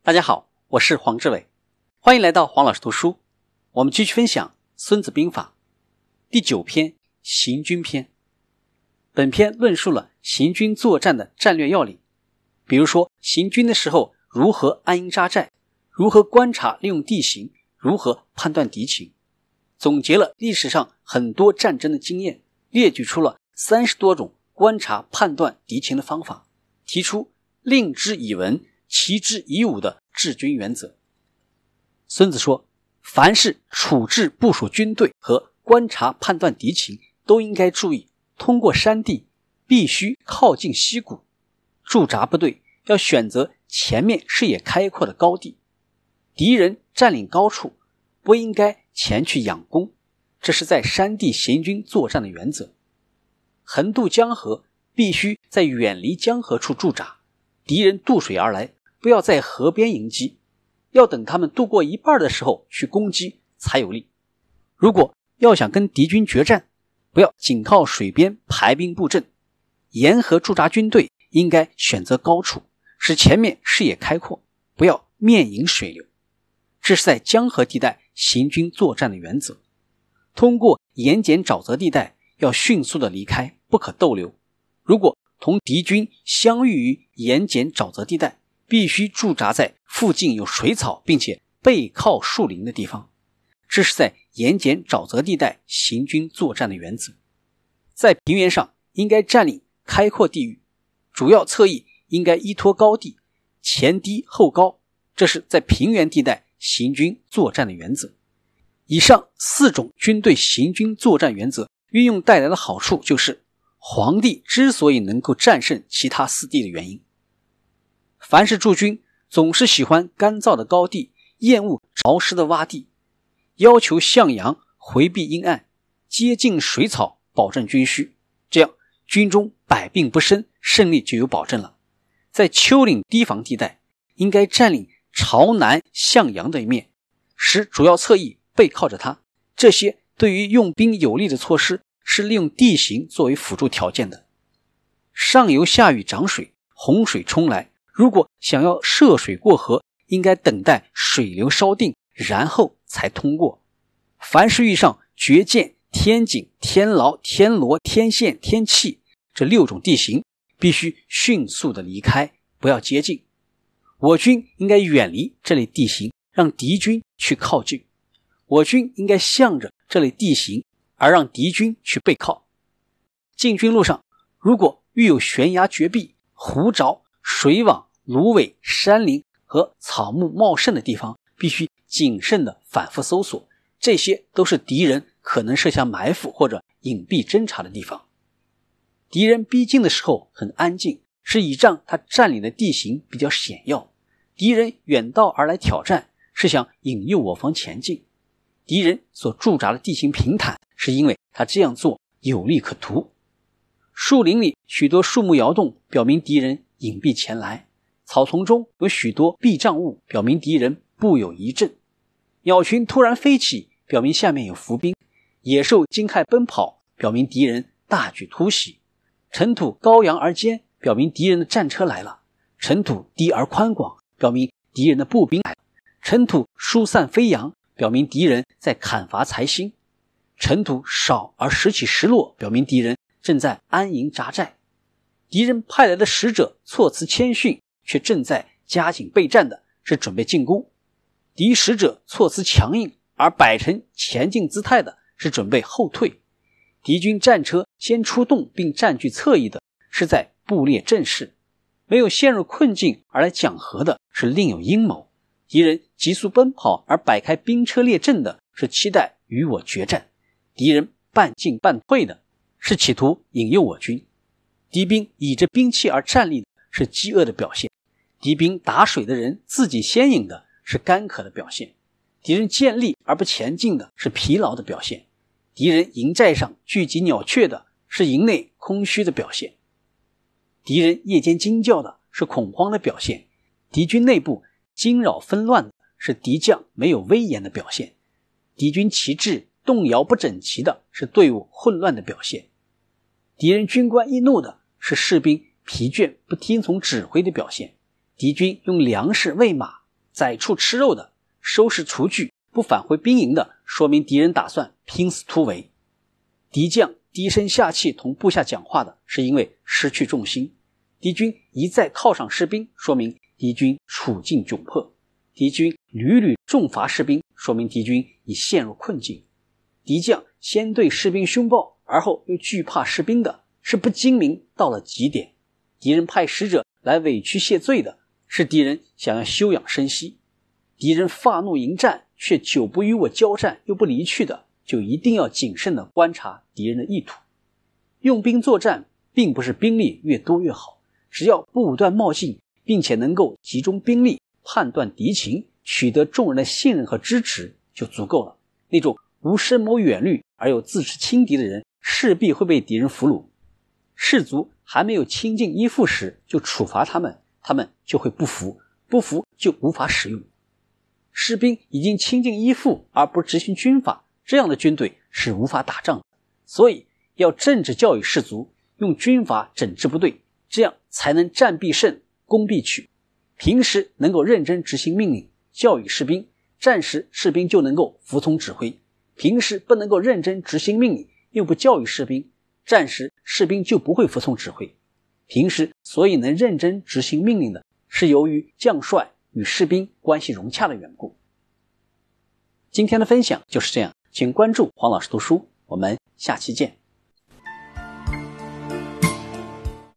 大家好，我是黄志伟，欢迎来到黄老师读书。我们继续分享《孙子兵法》第9篇行军篇。本篇论述了行军作战的战略要领，比如说行军的时候如何安营扎寨，如何观察利用地形，如何判断敌情，总结了历史上很多战争的经验，列举出了30多种观察判断敌情的方法，提出令之以文，齐之以武的治军原则。孙子说，凡是处置部署军队和观察判断敌情都应该注意，通过山地必须靠近溪谷，驻扎部队要选择前面视野开阔的高地，敌人占领高处不应该前去仰攻，这是在山地行军作战的原则。横渡江河必须在远离江河处驻扎，敌人渡水而来，不要在河边迎击，要等他们渡过一半的时候去攻击才有利。如果要想跟敌军决战，不要紧靠水边排兵布阵，沿河驻扎军队应该选择高处，使前面视野开阔，不要面迎水流。这是在江河地带行军作战的原则。通过盐碱沼泽地带要迅速的离开，不可逗留。如果同敌军相遇于盐碱沼泽地带，必须驻扎在附近有水草并且背靠树林的地方，这是在盐碱沼泽地带行军作战的原则。在平原上应该占领开阔地域，主要侧翼应该依托高地，前低后高，这是在平原地带行军作战的原则。以上4种军队行军作战原则运用带来的好处，就是黄帝之所以能够战胜其他4地的原因。凡是驻军总是喜欢干燥的高地，厌恶潮湿的洼地，要求向阳，回避阴暗，接近水草，保证军需，这样军中百病不生，胜利就有保证了。在丘陵堤防地带应该占领朝南向阳的一面，使主要侧翼背靠着它，这些对于用兵有利的措施是利用地形作为辅助条件的。上游下雨涨水，洪水冲来，如果想要涉水过河，应该等待水流稍定，然后才通过。凡是遇上绝涧、天井、天牢、天罗、天堑、天气这6种地形，必须迅速的离开，不要接近。我军应该远离这类地形，让敌军去靠近。我军应该向着这类地形，而让敌军去背靠。进军路上，如果遇有悬崖绝壁、湖沼、水网、芦苇、山林和草木茂盛的地方，必须谨慎的反复搜索，这些都是敌人可能设下埋伏或者隐蔽侦察的地方。敌人逼近的时候很安静，是倚仗他占领的地形比较险要。敌人远道而来挑战，是想引诱我方前进。敌人所驻扎的地形平坦，是因为他这样做有利可图。树林里许多树木摇动，表明敌人隐蔽前来。草丛中有许多避障物，表明敌人布有疑阵。鸟群突然飞起，表明下面有伏兵。野兽惊骇奔跑，表明敌人大举突袭。尘土高扬而尖，表明敌人的战车来了。尘土低而宽广，表明敌人的步兵来了。尘土疏散飞扬，表明敌人在砍伐财星。尘土少而时起时落，表明敌人正在安营扎寨。敌人派来的使者措辞谦逊，却正在加紧备战的，是准备进攻。敌使者措辞强硬而摆成前进姿态的，是准备后退。敌军战车先出动并占据侧翼的，是在布列阵势。没有陷入困境而来讲和的，是另有阴谋。敌人急速奔跑而摆开兵车列阵的，是期待与我决战。敌人半进半退的，是企图引诱我军。敌兵倚着兵器而站立的，是饥饿的表现。敌兵打水的人自己先饮的，是干渴的表现。敌人建立而不前进的，是疲劳的表现。敌人营寨上聚集鸟雀的，是营内空虚的表现。敌人夜间惊叫的，是恐慌的表现。敌军内部惊扰纷乱的，是敌将没有威严的表现。敌军旗帜动摇不整齐的，是队伍混乱的表现。敌人军官易怒的，是士兵疲倦不听从指挥的表现。敌军用粮食喂马， 宰畜吃肉的，收拾厨具，不返回兵营的，说明敌人打算拼死突围。敌将低声下气同部下讲话的，是因为失去重心。敌军一再犒赏士兵，说明敌军处境窘迫。敌军屡屡重罚士兵，说明敌军已陷入困境。敌将先对士兵凶暴，而后又惧怕士兵的，是不精明到了极点。敌人派使者来委屈谢罪的，是敌人想要休养生息。敌人发怒迎战，却久不与我交战又不离去的，就一定要谨慎地观察敌人的意图。用兵作战并不是兵力越多越好，只要不武断冒进，并且能够集中兵力判断敌情，取得众人的信任和支持就足够了。那种无深谋远虑而又自持轻敌的人，势必会被敌人俘虏。士卒还没有亲近依附时就处罚他们，他们就会不服，不服就无法使用。士兵已经亲近依附而不执行军法，这样的军队是无法打仗的。所以要政治教育士卒，用军法整治部队，这样才能战必胜，攻必取。平时能够认真执行命令，教育士兵，战时士兵就能够服从指挥。平时不能够认真执行命令，又不教育士兵，战时士兵就不会服从指挥。平时所以能认真执行命令的，是由于将帅与士兵关系融洽的缘故。今天的分享就是这样，请关注黄老师读书，我们下期见。